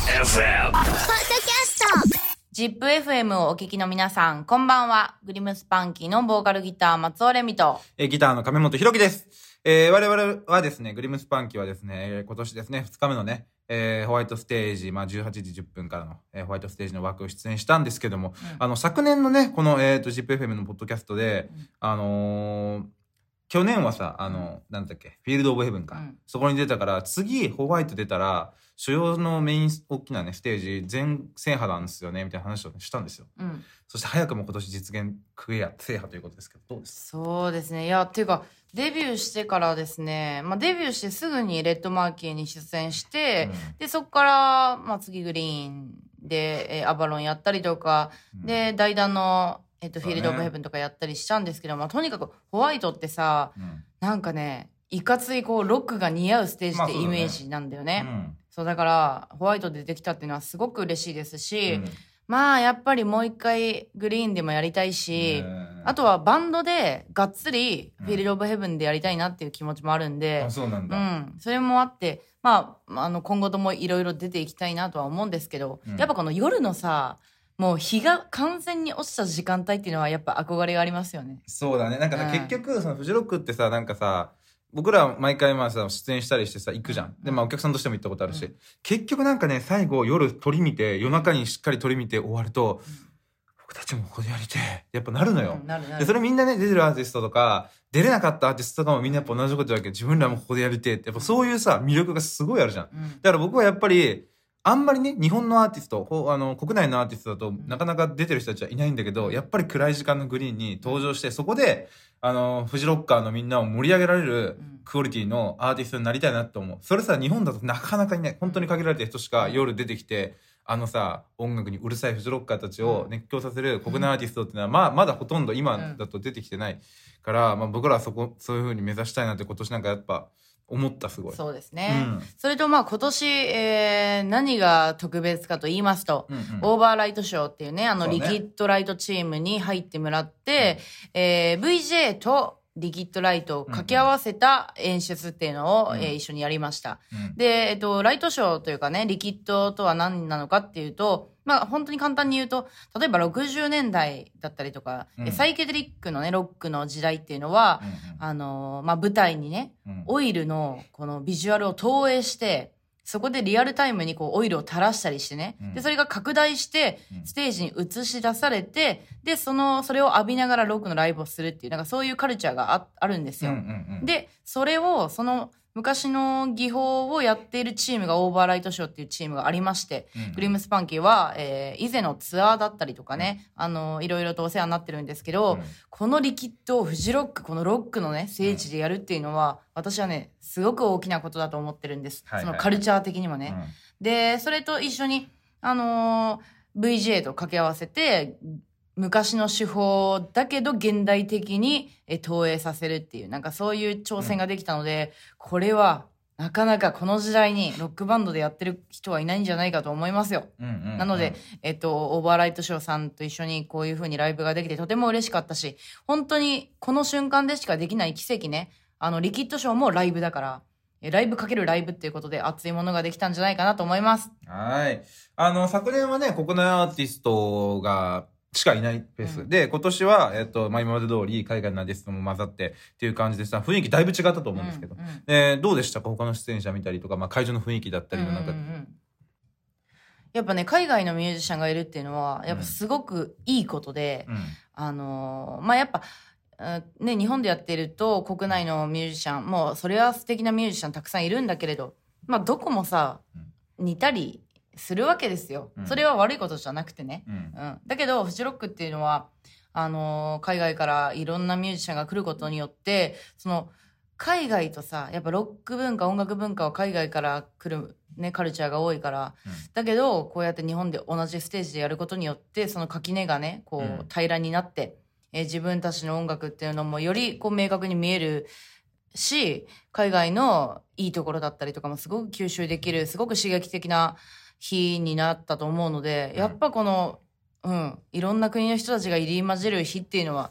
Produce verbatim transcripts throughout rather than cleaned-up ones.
エフエムジップエフエム をお聞きの皆さん、こんばんは。グリムスパンキーのボーカルギター松尾レミと、 えーギターの亀本ひろきです。えー我々はですね、グリムスパンキーはですね、えー今年ですね、ふつかめのね、えーホワイトステージ、まあ、じゅうはちじじゅっぷんからの、えーホワイトステージの枠を出演したんですけども、 うんあの、昨年のね、この、えーと、ジップエフエム のポッドキャストで、 うんあのー去年はさ、あの、なんだっけ、フィールドオブヘブンか、 うんそこに出たから、次、ホワイト出たら、主要のメイン、大きなね、ステージ、全制覇なんですよね、みたいな話を、ね、したんですよ。 うん。 そして早くも今年実現、クエア、制覇ということですけど、どうですそうですね。いや、っていうか、デビューしてからですね、まあ、デビューしてすぐにレッドマーキーに出演して、 うんで、そこから、まあ、次グリーンで、えーアバロンやったりとか、 うんで、代打の、えっと、 そうだねフィールドオブヘブンとかやったりしたんですけど、まあ、とにかくホワイトってさ、 うんなんかね、いかついこう、ロックが似合うステージってまあそうだねイメージなんだよね。 うんそう、だから、ホワイトでできたっていうのはすごく嬉しいですし、 うんまあ、やっぱりもう一回グリーンでもやりたいし、 ねあとはバンドでがっつりフィールドオブヘブンでやりたいなっていう気持ちもあるんで、 あ、そうなんうだ。 ん、それもあって、まあ、あの、今後ともいろいろ出ていきたいなとは思うんですけど、 うんやっぱこの夜のさ、もう日が完全に落ちた時間帯っていうのはやっぱ憧れがありますよね。 そうだね。なんかさ、 うん結局、そのフジロックってさ、なんかさ、僕ら毎回まあさ、出演したりしてさ、行くじゃん。で、まあお客さんとしても行ったことあるし、 うん結局なんかね、最後夜撮り見て、夜中にしっかり撮り見て終わると、僕たちもここでやりてえやっぱなるのよ。 うんなるなるで、それみんなね、出てるアーティストとか、出れなかったアーティストとかもみんなやっぱ同じこと言うわけど、自分らもここでやりてえって、やっぱそういうさ、魅力がすごいあるじゃん。 うんだから僕はやっぱり、あんまりね、日本のアーティスト、ほあの、国内のアーティストだとなかなか出てる人たちはいないんだけど、やっぱり暗い時間のグリーンに登場して、そこで、あの、フジロッカーのみんなを盛り上げられるクオリティのアーティストになりたいなと思う。それさ、日本だとなかなかいない。本当に限られた人しか夜出てきて、あのさ、音楽にうるさいフジロッカーたちを熱狂させる国内アーティストっていうのは、まあ、まだほとんど今だと出てきてないから、まあ僕らはそこ、そういう風に目指したいなって今年なんかやっぱ思ったすごい。 そうですね。 うんそれとまあ今年、えー、何が特別かと言いますと、 うんうんオーバーライトショーっていうね、あのそうねリキッドライトチームに入ってもらって、えー、ブイジェー とリキッドライトを掛け合わせた演出っていうのを、 うんえー一緒にやりました。 うんで、えっと、ライトショーというかね、リキッドとは何なのかっていうと、まあ本当に簡単に言うと、例えばろくじゅうねんだいだったりとか、 うんサイケデリックのね、ロックの時代っていうのは、あのーまあ舞台にね、 うんオイルのこのビジュアルを投影して、そこでリアルタイムにこうオイルを垂らしたりしてね。 うんで、それが拡大してう、んステージに映し出されて、で、その、それを浴びながらロックのライブをするっていう、なんかそういうカルチャーがああるんですよ。 うんうんうん、 で、それを、その、昔の技法をやっているチームがオーバーライトショーっていうチームがありまして、 うんうんグリムスパンキーは、えー以前のツアーだったりとかね、あの、いろいろとお世話になってるんですけど、 うんこのリキッドをフジロック、このロックのね、聖地でやるっていうのは、私はね、すごく大きなことだと思ってるんです。 はいはいそのカルチャー的にもね。で、それと一緒に、あのー ブイジェー と掛け合わせて、昔の手法だけど現代的にえ投影させるっていう、なんかそういう挑戦ができたので、これはなかなかこの時代にロックバンドでやってる人はいないんじゃないかと思いますよ。 うんうんうん、 なので、えっと、オーバーライトショーさんと一緒にこういう風にライブができてとても嬉しかったし、本当にこの瞬間でしかできない奇跡ね。あの、リキッドショーもライブだから、えライブかけるライブっていうことで熱いものができたんじゃないかなと思います。 はい。あの、昨年はね、国内アーティストが、しかいないフェス。 うんで、今年は、えっと、まあ、今まで通り、海外のアーティストも混ざってっていう感じでさ、雰囲気だいぶ違ったと思うんですけど。 うんうんえーどうでしたか他の出演者見たりとか、まあ、会場の雰囲気だったりのなんか、 うんうんうんやっぱね、海外のミュージシャンがいるっていうのは、やっぱすごくいいことで、 うんあのーまあ、やっぱ、うんね、日本でやってると、国内のミュージシャン、もう、それは素敵なミュージシャンたくさんいるんだけれど、まあ、どこもさ、似たりするわけですよ。 うんそれは悪いことじゃなくてね。 うんうん。だけど、フジロックっていうのは、あのー海外からいろんなミュージシャンが来ることによって、その、海外とさ、やっぱロック文化、音楽文化は海外から来るね、カルチャーが多いから、 うんだけど、こうやって日本で同じステージでやることによって、その垣根がね、こうんう、平らになって、えー自分たちの音楽っていうのもよりこう明確に見えるし、海外のいいところだったりとかもすごく吸収できる、すごく刺激的な日になったと思うので、 うんやっぱこの、うん、いろんな国の人たちが入り混じる日っていうのは、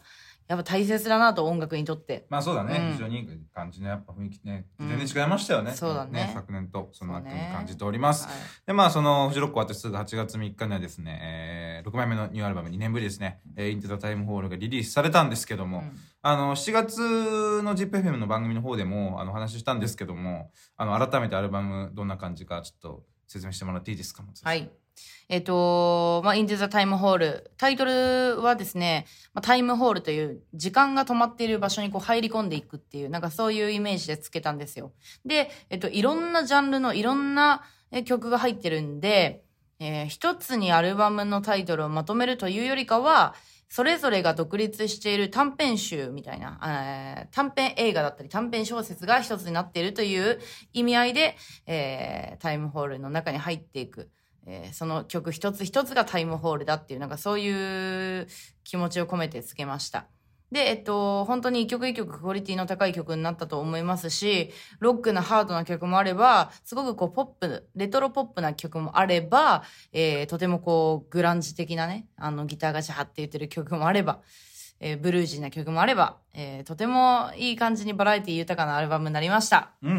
やっぱ大切だなと、音楽にとって。 まあそうだね、 うん、 非常にいい感じのやっぱ雰囲気ね、全然違いましたよね、 うん、そうだ ね, ね昨年とその後に感じております、 ね、はい、 でまあそのフジロック終わってすぐはちがつみっかにはですね、えー、ろくまいめのニューアルバムにねんぶりですね、うん、イントゥザタイムホールがリリースされたんですけども、うん、あのしちがつの ジップエフエム の番組の方でもあの話したんですけども、あの改めてアルバムどんな感じかちょっと説明してもらっていいですか。 はい、えっと、まあ、Into the Time Hall。タイトルはですね、まあ、タイムホールという時間が止まっている場所にこう入り込んでいくっていう、なんかそういうイメージでつけたんですよ。で、えっと、いろんなジャンルのいろんな曲が入ってるんで、えー、一つにアルバムのタイトルをまとめるというよりかは、それぞれが独立している短編集みたいな、えー、短編映画だったり短編小説が一つになっているという意味合いで、えー、タイムホールの中に入っていく。えー、その曲一つ一つがタイムホールだっていう、なんかそういう気持ちを込めてつけました。で、えっと、本当に一曲一曲クオリティの高い曲になったと思いますし、ロックなハードな曲もあれば、すごくこうポップ、レトロポップな曲もあれば、えー、とてもこうグランジ的なね、あのギターがシャーって言ってる曲もあれば、えー、ブルージーな曲もあれば、えー、とてもいい感じにバラエティ豊かなアルバムになりました。 うんうん。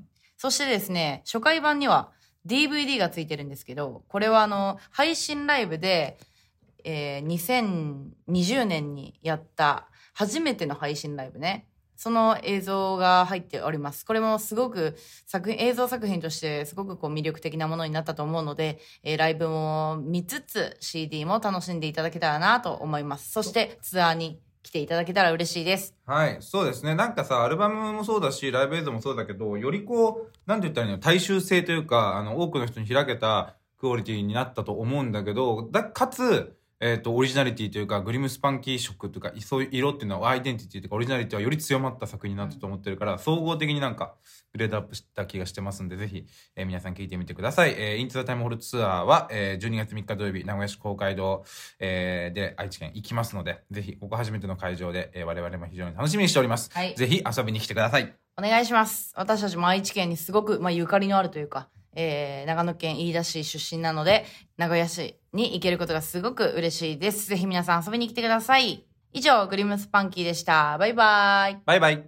そしてですね、初回版には、ディーブイディー がついてるんですけど、これはあの、配信ライブで、えー、にせんにじゅうねんにやった初めての配信ライブね。その映像が入っております。これもすごく作品、映像作品としてすごくこう魅力的なものになったと思うので、えー、ライブも見つつ シーディー も楽しんでいただけたらなと思います。そしてツアーに来ていただけたら嬉しいです。 はい、そうですね。なんかさ、アルバムもそうだし、ライブ映像もそうだけど、よりこう、なんて言ったらいいの、大衆性というか、あの、多くの人に開けたクオリティになったと思うんだけど、だかつ、えっと、オリジナリティというか、グリムスパンキー色というか、そういう色っていうのは、アイデンティティというか、オリジナリティはより強まった作品になったと思ってるから、うん、総合的になんか、グレードアップした気がしてますんで、ぜひ、えー、皆さん聞いてみてください。えー、イントゥザタイムホールツアーは、えー、じゅうにがつみっか土曜日、名古屋市公会堂、えー、で、愛知県行きますので、ぜひ、ここ初めての会場で、えー、我々も非常に楽しみにしております。はい。ぜひ、遊びに来てください。 お願いします。私たちも愛知県にすごく、まあ、ゆかりのあるというか、えー、長野県飯田市出身なので、名古屋市に行けることがすごく嬉しいです。ぜひ皆さん遊びに来てください。以上、グリムスパンキーでした。バイバイ。 バイバイ。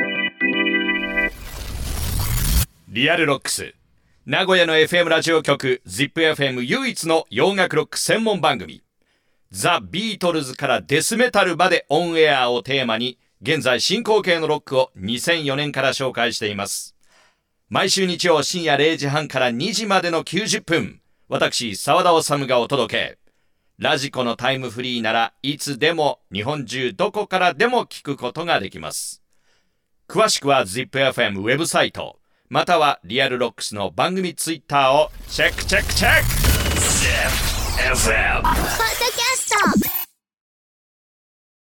リアルロックス。名古屋の エフエム ラジオ局 ジップエフエム 唯一の洋楽ロック専門番組。ザ・ビートルズからデスメタルまでオンエアをテーマに、現在進行形のロックをにせんよねんから紹介しています。毎週日曜深夜れいじはんからにじまでのきゅうじゅっぷん、私、沢田治がお届け。ラジコのタイムフリーならいつでも日本中どこからでも聞くことができます。詳しくは ジップエフエム ウェブサイト、またはリアルロックスの番組ツイッターをチェックチェックチェック ジップエフエム